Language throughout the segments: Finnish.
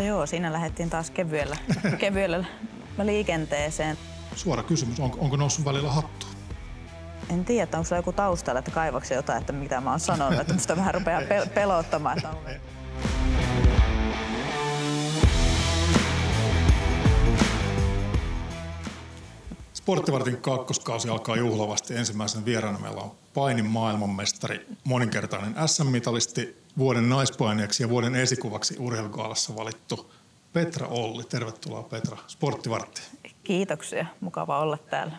No joo, siinä lähdettiin taas kevyellä liikenteeseen. Suora kysymys, onko noussut välillä hattua? En tiedä, onko sulla joku taustalla, että kaivaksi jotain, että mitä mä oon sanonut, että musta vähän rupeaa pelottamaan. Sporttivartin kakkoskausi alkaa juhlavasti. Ensimmäisen vieraana meillä on painin maailmanmestari, moninkertainen SM-mitalisti, vuoden naispainijaksi ja vuoden esikuvaksi urheilugaalassa valittu Petra Olli. Tervetuloa Petra Sporttivarttiin. Kiitoksia, mukava olla täällä.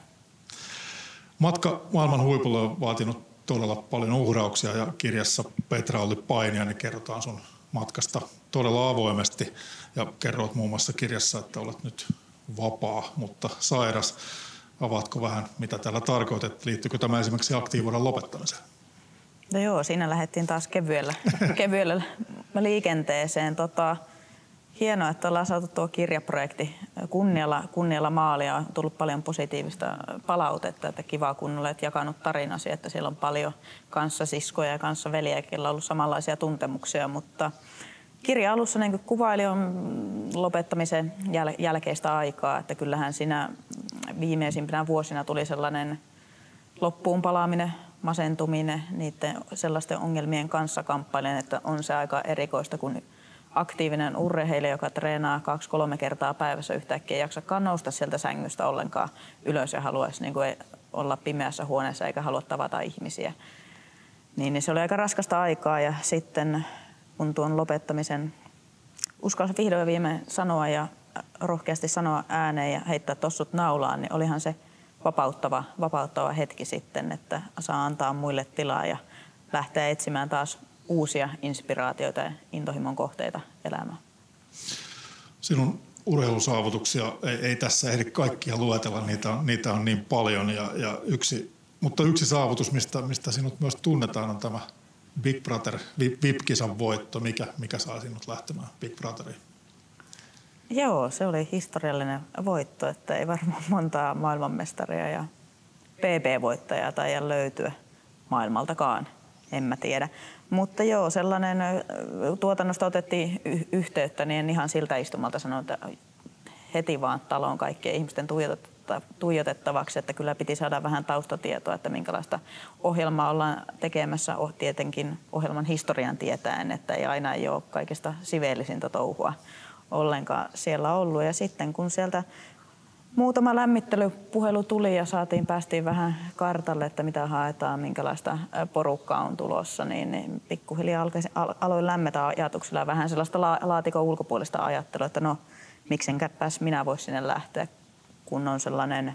Matka maailman huipulle on vaatinut todella paljon uhrauksia ja kirjassa Petra Olli painija, niin kerrotaan sun matkasta todella avoimesti. Ja kerroit muun muassa kirjassa, että olet nyt vapaa, mutta sairas. Avaatko vähän, mitä tällä tarkoitat? Liittyykö tämä esimerkiksi aktiivuuden lopettamiseen? No joo, siinä lähdettiin taas kevyellä liikenteeseen. Hienoa, että ollaan saatu tuo kirjaprojekti kunnialla maalia. On tullut paljon positiivista palautetta, että kiva kun olet jakanut tarinasi, että siellä on paljon kanssasiskoja ja kanssaveliä, joilla on ollut samanlaisia tuntemuksia, mutta kirja alussa niin kuvaili on lopettamisen jälkeistä aikaa, että kyllähän siinä viimeisimpinä vuosina tuli sellainen loppuun palaaminen, masentuminen, niiden sellaisten ongelmien kanssa kamppailen, että on se aika erikoista, kun aktiivinen urheilija, joka treenaa 2-3 kertaa päivässä yhtäkkiä ei jaksakaan nousta sieltä sängystä ollenkaan ylös ja haluaisi niin kuin olla pimeässä huoneessa eikä halua tavata ihmisiä. Niin se oli aika raskasta aikaa ja sitten kun tuon lopettamisen uskalsi vihdoin ja viimein sanoa ja rohkeasti sanoa ääneen ja heittää tossut naulaan, niin olihan se vapauttava hetki sitten, että saa antaa muille tilaa ja lähteä etsimään taas uusia inspiraatioita ja intohimon kohteita elämään. Sinun urheilusaavutuksia ei tässä ehdi kaikkia luetella, niitä on niin paljon. Mutta yksi saavutus, mistä sinut myös tunnetaan, on tämä Big Brother VIP-kisan voitto. Mikä saa sinut lähtemään Big Brotheriin? Joo, se oli historiallinen voitto, että ei varmaan montaa maailmanmestaria ja PB-voittajaa taida löytyä maailmaltakaan, en mä tiedä. Mutta joo, sellainen tuotannosta otettiin yhteyttä, niin en ihan siltä istumalta sanoa, että heti vaan taloon kaikkien ihmisten tuijotettavaksi, että kyllä piti saada vähän taustatietoa, että minkälaista ohjelmaa ollaan tekemässä, tietenkin ohjelman historian tietäen, että ei ole kaikista siveellisintä touhua ollenkaan siellä ollut. Ja sitten kun sieltä muutama lämmittelypuhelu tuli ja päästiin vähän kartalle, että mitä haetaan, minkälaista porukkaa on tulossa, niin pikkuhiljaa aloin lämmetä ajatuksella vähän sellaista laatikon ulkopuolista ajattelua, että no miksenkäpäs minä voisin sinne lähteä, kun on sellainen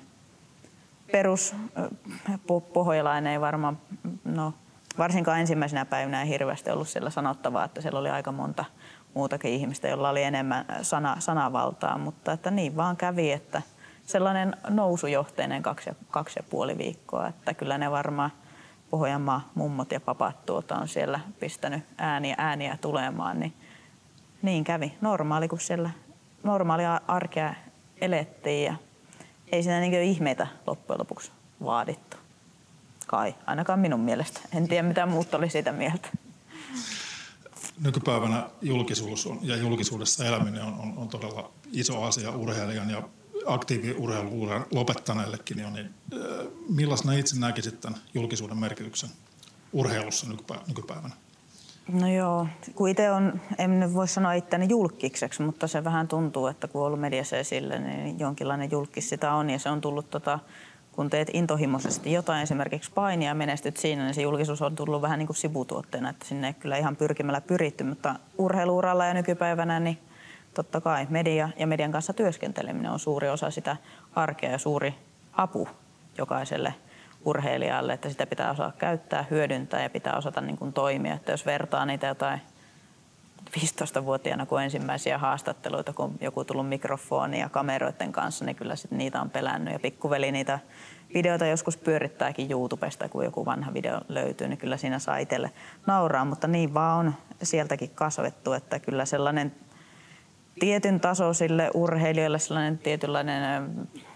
peruspohjalainen, ei varmaan, varsinkaan ensimmäisenä päivinä ei hirveästi ollut siellä sanottavaa, että siellä oli aika monta muutakin ihmistä, jolla oli enemmän sanavaltaa, mutta että niin vaan kävi, että sellainen nousujohteinen 2,5 viikkoa, että kyllä ne varmaan Pohjanmaan mummot ja papat on siellä pistänyt ääniä tulemaan, niin kävi. Kun siellä normaalia arkea elettiin ja ei siinä niin ihmeitä loppujen lopuksi vaadittu. Kai, ainakaan minun mielestä. En tiedä mitä muut oli sitä mieltä. Nykypäivänä julkisuus ja julkisuudessa eläminen on todella iso asia urheilijan ja aktiiviurheiluuran lopettaneellekin. Niin millaisena itse näkisit tämän julkisuuden merkityksen urheilussa nykypäivänä? No joo, kun itse en nyt voi sanoa itteni julkkikseksi, mutta se vähän tuntuu, että kun on ollut mediassa esille, niin jonkinlainen julkkis sitä on. Ja se on tullut, kun teet intohimoisesti jotain, esimerkiksi painia ja menestyt siinä, niin se julkisuus on tullut vähän niin kuin sivutuotteena, että sinne ei kyllä ihan pyrkimällä pyritty. Mutta urheiluuralla ja nykypäivänä, niin totta kai media ja median kanssa työskenteleminen on suuri osa sitä arkea ja suuri apu jokaiselle urheilijalle, että sitä pitää osaa käyttää, hyödyntää ja pitää osata niin kuin toimia. Että jos vertaa niitä jotain 15-vuotiaana, kun ensimmäisiä haastatteluita, kun joku tullut mikrofonia ja kameroiden kanssa, niin kyllä sit niitä on pelännyt. Ja pikkuveli niitä videoita joskus pyörittääkin YouTubesta, kun joku vanha video löytyy, niin kyllä siinä saa itselle nauraa. Mutta niin vaan on sieltäkin kasvettu, että kyllä sellainen tietyn tasoisille urheilijoille sellainen tietynlainen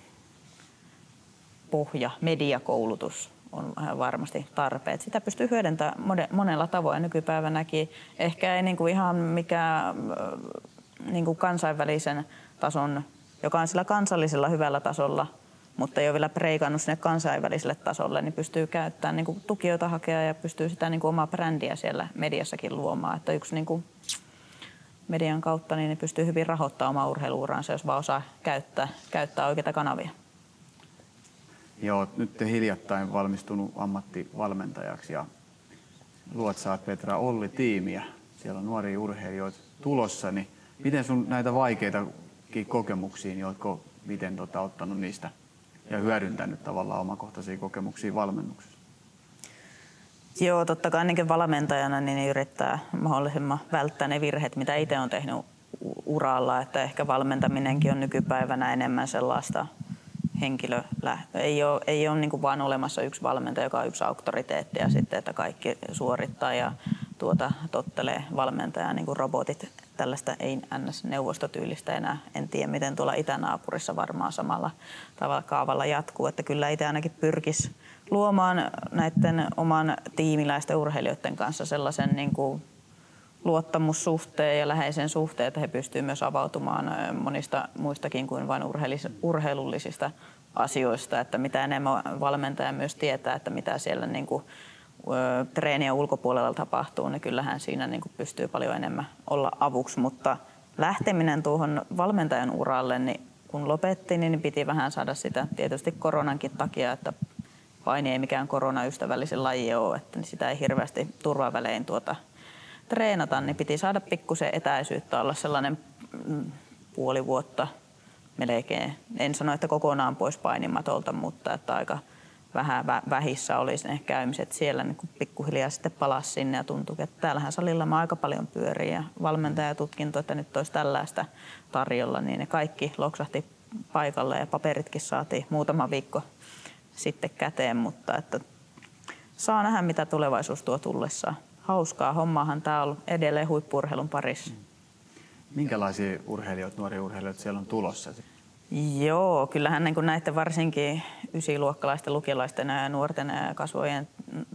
pohja, mediakoulutus on varmasti tarpeet. Sitä pystyy hyödyntämään monella tavoin nykypäivänäkin. Ehkä ei niin kuin ihan mikään niin kuin kansainvälisen tason, joka on sillä kansallisella hyvällä tasolla, mutta ei ole vielä preikannut sinne kansainväliselle tasolle, niin pystyy käyttämään niin kuin tukijoita hakea ja pystyy sitä niin kuin omaa brändiä siellä mediassakin luomaan. Että yksi niin kuin median kautta niin ne pystyy hyvin rahoittamaan omaa urheilu-uraansa, jos vaan osaa käyttää oikeita kanavia. Joo, nyt te hiljattain valmistunut ammattivalmentajaksi ja luotsaat Petra Olli-tiimiä. Siellä on nuoria urheilijoita tulossa, niin miten sun näitä vaikeitakin kokemuksia, niin ootko miten ottanut niistä ja hyödyntänyt tavallaan omakohtaisia kokemuksia valmennuksessa? Joo, totta kai ainakin valmentajana niin yrittää mahdollisimman välttää ne virheet, mitä itse on tehnyt uralla. Että ehkä valmentaminenkin on nykypäivänä enemmän sellaista ei ole niin kuin vaan olemassa yksi valmentaja, joka on yksi auktoriteetti ja sitten, että kaikki suorittaa ja tottelee valmentajaa niin kuin robotit. Tällaista ei NS-neuvostotyylistä enää. En tiedä, miten tuolla itänaapurissa varmaan samalla tavalla kaavalla jatkuu. Että kyllä itse ainakin pyrkisi luomaan näiden oman tiimiläisten urheilijoiden kanssa sellaisen niin kuin luottamussuhteen ja läheisen suhteen, että he pystyvät myös avautumaan monista muistakin kuin vain urheilullisista asioista, että mitä enemmän valmentaja myös tietää, että mitä siellä niin kuin treenien ulkopuolella tapahtuu, niin kyllähän siinä niin kuin pystyy paljon enemmän olla avuksi, mutta lähteminen tuohon valmentajan uralle, niin kun lopetti, niin piti vähän saada sitä tietysti koronankin takia, että paini ei mikään koronaystävällisen laji ole, että sitä ei hirveästi turvavälein treenata, niin piti saada pikkusen etäisyyttä, olla sellainen puoli vuotta melkein. En sano, että kokonaan pois painimatolta, mutta että aika vähän vähissä olisi ne käymiset siellä, niin kun pikkuhiljaa sitten palasi sinne ja tuntui, että täällähän salilla mä aika paljon pyörii ja valmentajatutkinto, että nyt olisi tällaista tarjolla, niin ne kaikki loksahti paikalle ja paperitkin saatiin muutama viikko sitten käteen, mutta että saa nähdä, mitä tulevaisuus tuo tullessaan. Hauskaa hommaahan tämä on edelleen huippu-urheilun parissa. Minkälaisia urheilijoita, nuoria urheilijoita siellä on tulossa? Joo, kyllähän niin kuin näiden varsinkin ysiluokkalaisten, lukiolaisten ja nuorten kasvojen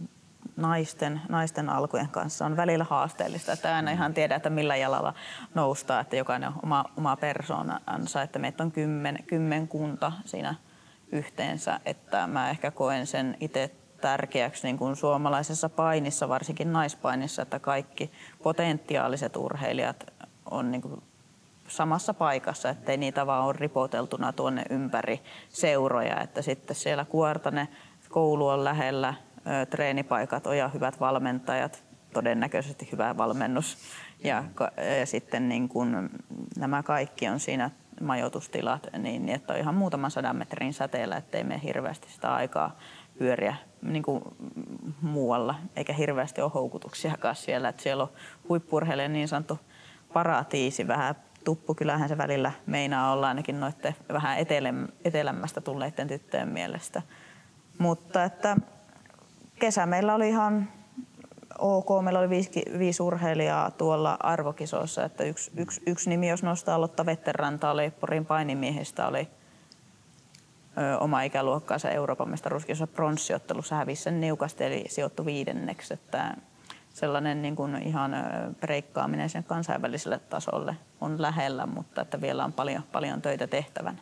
naisten alkujen kanssa on välillä haasteellista. Että aina ihan tiedä, että millä jalalla noustaan, että jokainen on oma persoonansa, että meitä on kymmenkunta siinä yhteensä, että mä ehkä koen sen itse tärkeäksi niin kuin suomalaisessa painissa, varsinkin naispainissa, että kaikki potentiaaliset urheilijat on niin kuin samassa paikassa, ettei niitä vaan ole ripoteltuna tuonne ympäri seuroja, että sitten siellä Kuortane, koulu on lähellä, treenipaikat on ja hyvät valmentajat, todennäköisesti hyvä valmennus ja sitten niin kuin nämä kaikki on siinä majoitustilat, niin että on ihan muutaman 100 metrin säteellä, ettei mene hirveästi sitä aikaa pyöriä niin kuin muualla, eikä hirveästi ole houkutuksiakaan siellä. Että siellä on huippu-urheilijan niin sanottu paratiisi, vähän tuppukylähän se välillä meinaa olla ainakin noiden vähän etelämmästä tulleiden tyttöjen mielestä. Mutta että kesä meillä oli ihan ok, meillä oli 5 urheilijaa tuolla arvokisoissa, että yksi nimi, jos nostaa Lotta Vetterranta, oli Porin painimiehistä, oli oma ikäluokkaansa Euroopan mestaruuskisossa pronssiottelussa, hävisi sen niukasti, eli sijoittui 5. Että sellainen niin kuin ihan breikkaaminen sen kansainväliselle tasolle on lähellä, mutta että vielä on paljon töitä tehtävänä.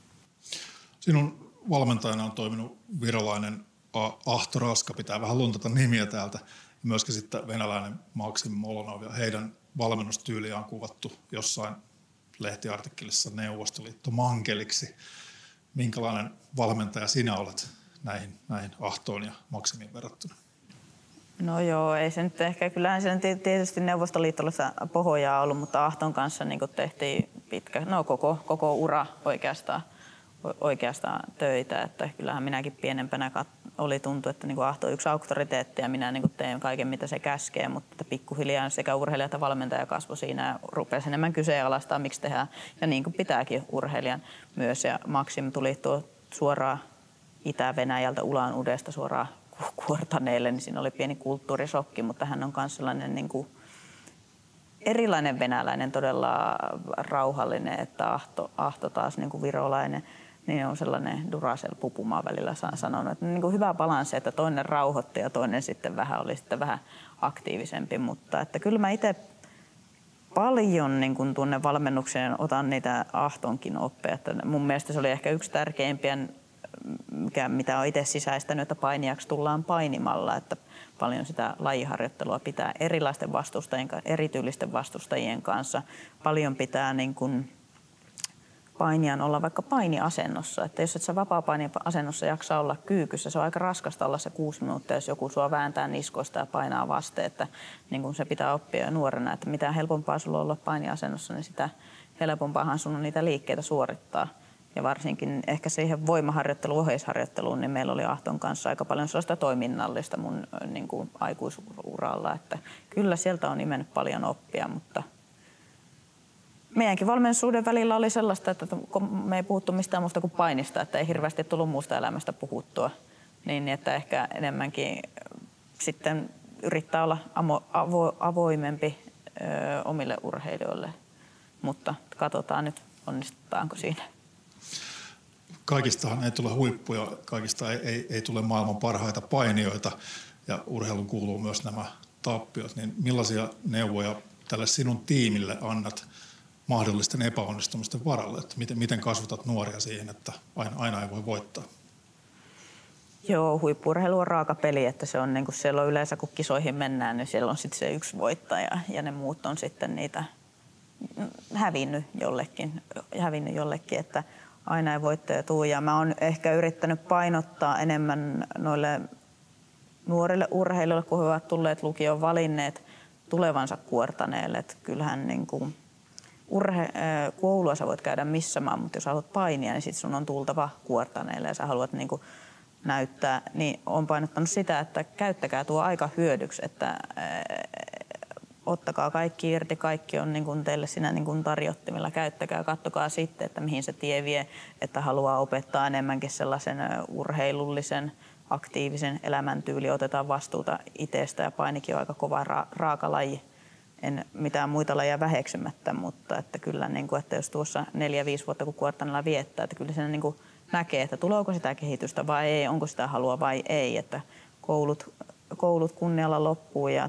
Sinun valmentajana on toiminut virolainen Ahto Raska, pitää vähän luntata nimiä täältä, ja myöskin sitten venäläinen Maksim Molonov, ja heidän valmennustyyliä on kuvattu jossain lehtiartikkelissa Neuvostoliitto mankeliksi. Minkälainen valmentaja sinä olet näihin Ahtoon ja Maksimiin verrattuna? No joo, ei se nyt ehkä, kyllähän se tietysti Neuvostoliitossa pohjaa ollut, mutta Ahton kanssa niin tehtiin koko ura oikeastaan töitä, että kyllähän minäkin pienempänä tuntui, että niin Ahto on yksi auktoriteetti ja minä niin teen kaiken mitä se käskee, mutta pikkuhiljaa sekä urheilija että valmentaja kasvoi siinä ja rupesi enemmän kyseenalaistaa, miksi tehdään ja niin kuin pitääkin urheilijan myös ja Maksim tuli suoraan Itä-Venäjältä Ulan-Udesta suoraan Kuortaneelle, niin siinä oli pieni kulttuurisokki, mutta hän on myös sellainen niin kuin erilainen venäläinen, todella rauhallinen, että Ahto taas niin kuin virolainen, niin on sellainen Duracell-pupumaa välillä sanonut, että niin kuin hyvä balanssi, että toinen rauhoitti ja toinen sitten vähän oli sitten vähän aktiivisempi, mutta että kyllä mä itse paljon niin kun tuonne valmennukseen otan niitä Ahtonkin oppeja. Että mun mielestä se oli ehkä yksi tärkeimpiä, mitä olen itse sisäistänyt, että painijaksi tullaan painimalla. Että paljon sitä lajiharjoittelua pitää erilaisten vastustajien, erityylisten vastustajien kanssa. Paljon pitää niin kun painijan olla vaikka painiasennossa. Että jos et sä vapaa-painiasennossa jaksa olla kyykyssä, se on aika raskasta olla se 6 minuuttia, jos joku sua vääntää niskoista ja painaa vasten. Että niin kun se pitää oppia jo nuorena, että mitä helpompaa sulla on olla painiasennossa, niin sitä helpompaahan sun on niitä liikkeitä suorittaa. Ja varsinkin ehkä siihen voimaharjoitteluun, oheisharjoitteluun, niin meillä oli Ahton kanssa aika paljon sellaista toiminnallista mun niin kuin aikuisuralla. Että kyllä sieltä on nimennyt paljon oppia, mutta meidänkin valmennussuhde välillä oli sellaista, että me ei puhuttu mistään muusta kuin painista, että ei hirveästi tullut muusta elämästä puhuttua. Niin, että ehkä enemmänkin sitten yrittää olla avoimempi omille urheilijoille, mutta katsotaan nyt, onnistutaanko siinä. Kaikistahan ei tule huippuja, kaikista ei tule maailman parhaita painijoita ja urheilun kuuluu myös nämä tappiot. Niin millaisia neuvoja tälle sinun tiimille annat mahdollisten epäonnistumisten varalle? Että miten kasvatat nuoria siihen, että aina ei voi voittaa? Joo, huippu-urheilu on raaka peli, että se on niin kuin siellä on yleensä kun kisoihin mennään, niin siellä on sitten se yksi voittaja ja ne muut on sitten niitä hävinnyt jollekin, että aina ei voittaja tule. Ja mä oon ehkä yrittänyt painottaa enemmän noille nuorille urheilijoille, kun he ovat tulleet lukioon valinneet tulevansa kuortaneelle. Että kyllähän niin kuin koulua sä voit käydä missä maan, mutta jos haluat painia, niin sit sun on tultava kuortaneelle ja sä haluat niin kuin näyttää. Niin oon painottanut sitä, että käyttäkää tuo aika hyödyksi, että ottakaa kaikki irti, kaikki on niin kuin teille siinä niin kuin tarjottimilla, käyttäkää, katsokaa sitten, että mihin se tie vie, että haluaa opettaa enemmänkin sellaisen urheilullisen, aktiivisen elämäntyyli, otetaan vastuuta itsestä ja painikin on aika kova raaka laji. En mitään muita lajeja väheksymättä, mutta että kyllä, niin kuin, että jos tuossa 4-5 vuotta kun kuortanella viettää, että kyllä siinä niin kuin näkee, että tuleeko sitä kehitystä vai ei, onko sitä halua vai ei, että koulut kunnialla loppuu ja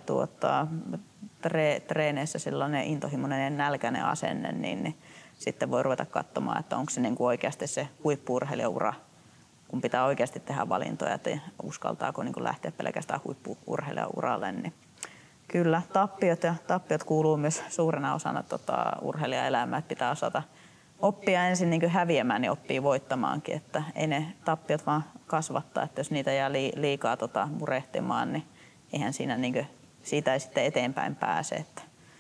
treeneissä sellainen intohimoinen ja nälkäinen asenne, niin sitten voi ruveta katsomaan, että onko se niin kuin oikeasti se huippu-urheilijaura, kun pitää oikeasti tehdä valintoja, että uskaltaako niin kuin lähteä pelkästään huippu-urheilijauralle. Niin kyllä, tappiot kuuluu myös suurena osana urheilijaelämää, että pitää osata oppia ensin niin kuin häviämään, niin oppii voittamaankin, että ei ne tappiot vaan kasvattaa, että jos niitä jää liikaa murehtimaan, niin eihän siinä niin kuin siitä ei sitten eteenpäin pääse, että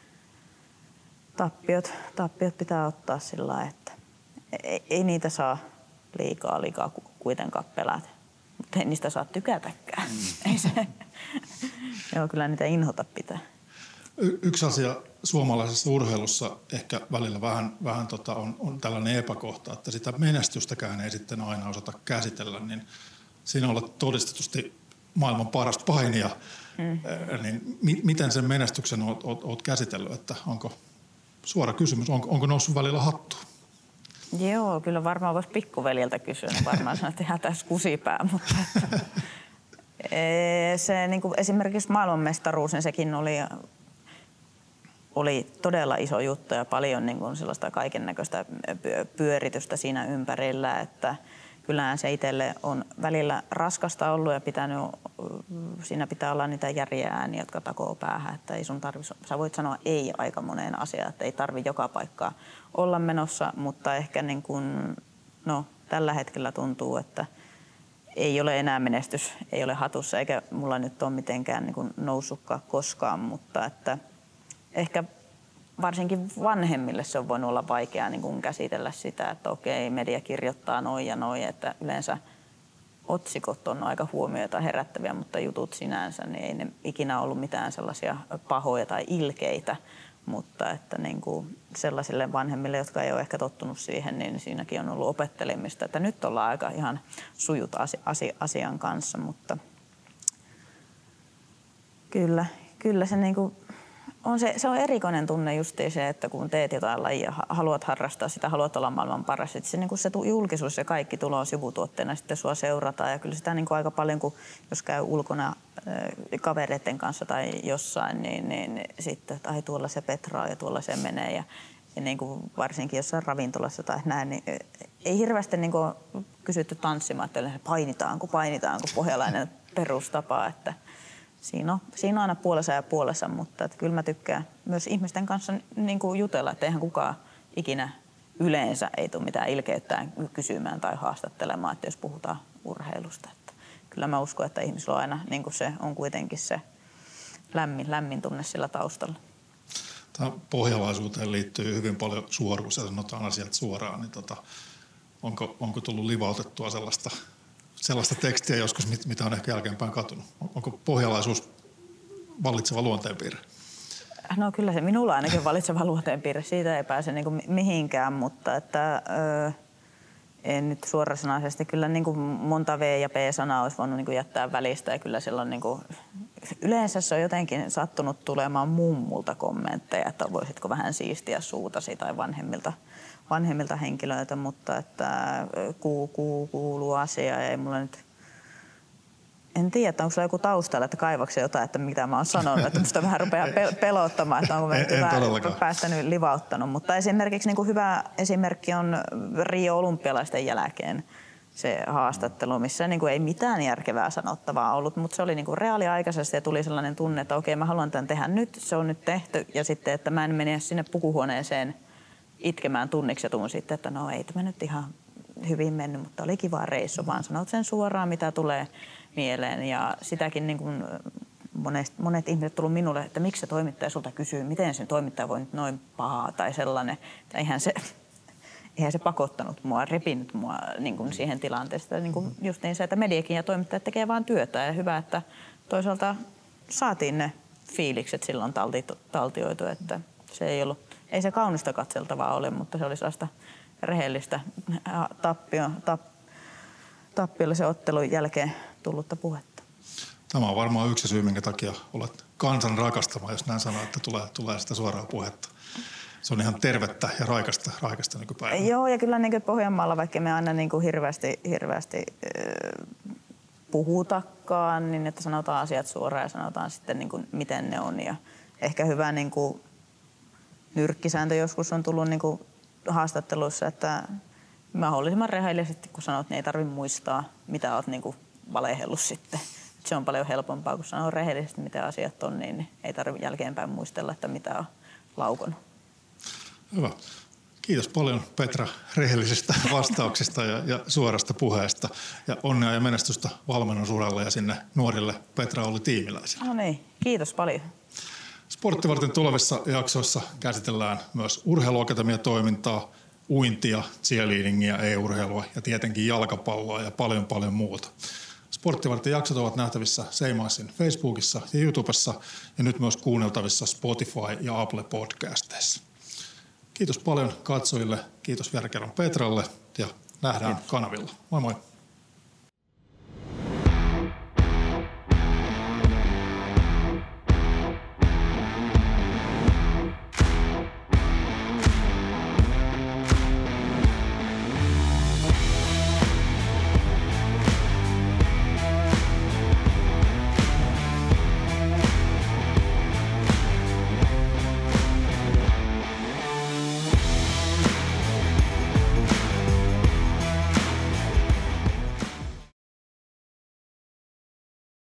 tappiot pitää ottaa sillä lailla, että ei niitä saa liikaa kuitenkaan pelätä, mutta ei niistä saa tykätäkään. Ei se. Joo, kyllä niitä inhota pitää. Yksi asia suomalaisessa urheilussa ehkä välillä vähän on tällainen epäkohta, että sitä menestystäkään ei sitten aina osata käsitellä, niin siinä olet todistetusti maailman paras painija. Niin miten sen menestyksen olet käsitellyt, että onko, suora kysymys, onko noussut välillä hattu? Joo, kyllä varmaan voisi pikkuveljeltä kysyä, varmaan sanoa, että ihan tässä kusipää, mutta se niin kuin esimerkiksi maailmanmestaruus, niin sekin oli todella iso juttu ja paljon niin kuin sellaista kaikennäköistä pyöritystä siinä ympärillä, että kyllähän se itselle on välillä raskasta ollut ja siinä pitää olla niitä järjiä ääniä, jotka takoo päähän, että ei sun tarvitse, sä voit sanoa ei aika moneen asiaan, että ei tarvitse joka paikkaa olla menossa, mutta ehkä niin kuin, tällä hetkellä tuntuu, että ei ole enää menestys, ei ole hatussa eikä mulla nyt ole mitenkään niin kuin noussutkaan koskaan, mutta että ehkä varsinkin vanhemmille se on voinut olla vaikeaa niin kuin käsitellä sitä, että okei, media kirjoittaa noin ja noin, että yleensä otsikot on aika huomioita herättäviä, mutta jutut sinänsä, niin ei ne ikinä ollut mitään sellaisia pahoja tai ilkeitä, mutta että niin kuin sellaisille vanhemmille, jotka ei ole ehkä tottunut siihen, niin siinäkin on ollut opettelemista, että nyt ollaan aika ihan sujut asian kanssa, mutta kyllä se niin kuin Se on erikoinen tunne justiin se, että kun teet jotain lajia, haluat harrastaa sitä, haluat olla maailman paras. Se, niin se julkisuus ja kaikki tulos sivutuotteena sitten sua seurataan. Ja kyllä sitä niin aika paljon, kun jos käy ulkona kavereiden kanssa tai jossain, niin sitten, että ai tuolla se Petra ja tuolla se menee. Ja niin kuin varsinkin jossain ravintolassa tai näin, niin ei hirveästi niin kuin kysytty tanssimaan, että painitaanko pohjalainen perustapa, että siinä on aina puolensa ja puolensa, mutta että kyllä mä tykkään myös ihmisten kanssa niin kuin jutella, että eihän kukaan ikinä yleensä ei tule mitään ilkeyttään kysymään tai haastattelemaan, että jos puhutaan urheilusta. Että kyllä mä uskon, että ihmisillä on aina niin kuin se on kuitenkin se lämmin tunne sillä taustalla. Tähän pohjalaisuuteen liittyy hyvin paljon suoruus ja sanotaan asiat suoraan, niin onko tullut livautettua sellaista tekstiä joskus, mitä on ehkä jälkeenpäin katunut? Onko pohjalaisuus vallitseva luonteenpiirre? No kyllä se minulla ainakin vallitseva luonteenpiirre. Siitä ei pääse niin kuin mihinkään, mutta että, en nyt suorasanaisesti. Kyllä niin kuin monta V- ja P-sanaa olisi voinut niin kuin jättää välistä. Ja kyllä silloin niin kuin, yleensä se on jotenkin sattunut tulemaan mummulta kommentteja, että voisitko vähän siistiä suutasi tai vanhemmilta henkilöiltä, mutta että kuuluu asia ja ei mulla nyt. En tiedä, että onko sulla joku taustalla, että kaivaksi jotain, että mitä mä oon sanonut, että musta vähän rupeaa pelottamaan, että onko mä päästänyt livauttanut. Mutta esimerkiksi niin kuin hyvä esimerkki on Rio Olympialaisten jälkeen se haastattelu, missä niin kuin ei mitään järkevää sanottavaa ollut, mutta se oli niin kuin reaaliaikaisesti ja tuli sellainen tunne, että okei, mä haluan tämän tehdä nyt, se on nyt tehty ja sitten, että mä en mene sinne pukuhuoneeseen itkemään tunniksi ja tuun sitten, että no ei tämä nyt ihan hyvin mennyt, mutta oli kiva reissu, vaan sanot sen suoraan, mitä tulee mieleen. Ja sitäkin niin kuin monet ihmiset tullut minulle, että miksi se toimittaja sulta kysyy, miten sen toimittaja voi nyt noin pahaa tai sellainen. Että eihän se pakottanut mua, repinyt mua niin kuin siihen tilanteeseen. Niin kuin just niin se, että mediakin ja toimittajat tekee vaan työtä ja hyvä, että toisaalta saatiin ne fiilikset silloin taltioitu, että se ei se kaunista katseltavaa ole, mutta se oli sellaista rehellistä tappiollisen ottelun jälkeen tullutta puhetta. Tämä on varmaan yksi syy, minkä takia olet kansan rakastama, jos näin sanoo, että tulee sitä suoraa puhetta. Se on ihan tervettä ja raikasta nykypäivänä. Joo, ja kyllä niin Pohjanmaalla, vaikka me aina niin kuin hirveästi puhutakaan, niin että sanotaan asiat suoraan ja sanotaan sitten niin kuin, miten ne on. Ja ehkä hyvä niin kuin nyrkkisääntö joskus on tullut niin kuin haastatteluissa, että mahdollisimman rehellisesti, kun sanot, niin ei tarvitse muistaa, mitä olet niin kuin valehellut sitten. Se on paljon helpompaa, kun sanoo rehellisesti, mitä asiat on, niin ei tarvitse jälkeenpäin muistella, että mitä on laukonut. Hyvä. Kiitos paljon Petra rehellisistä vastauksista ja suorasta puheesta. Ja onnea ja menestystä valmennusuralla ja sinne nuorille Petra Olli-tiimiläisille. No niin, kiitos paljon. Sporttivartin tulevissa jaksoissa käsitellään myös urheiluakatemiatoimintaa, uintia, cheerleadingia, e-urheilua ja tietenkin jalkapalloa ja paljon muuta. Sporttivartin jaksot ovat nähtävissä Seimaisin Facebookissa ja YouTubessa ja nyt myös kuunneltavissa Spotify ja Apple Podcasteissa. Kiitos paljon katsojille, kiitos vielä kerran Petralle ja nähdään kanavilla. Moi moi!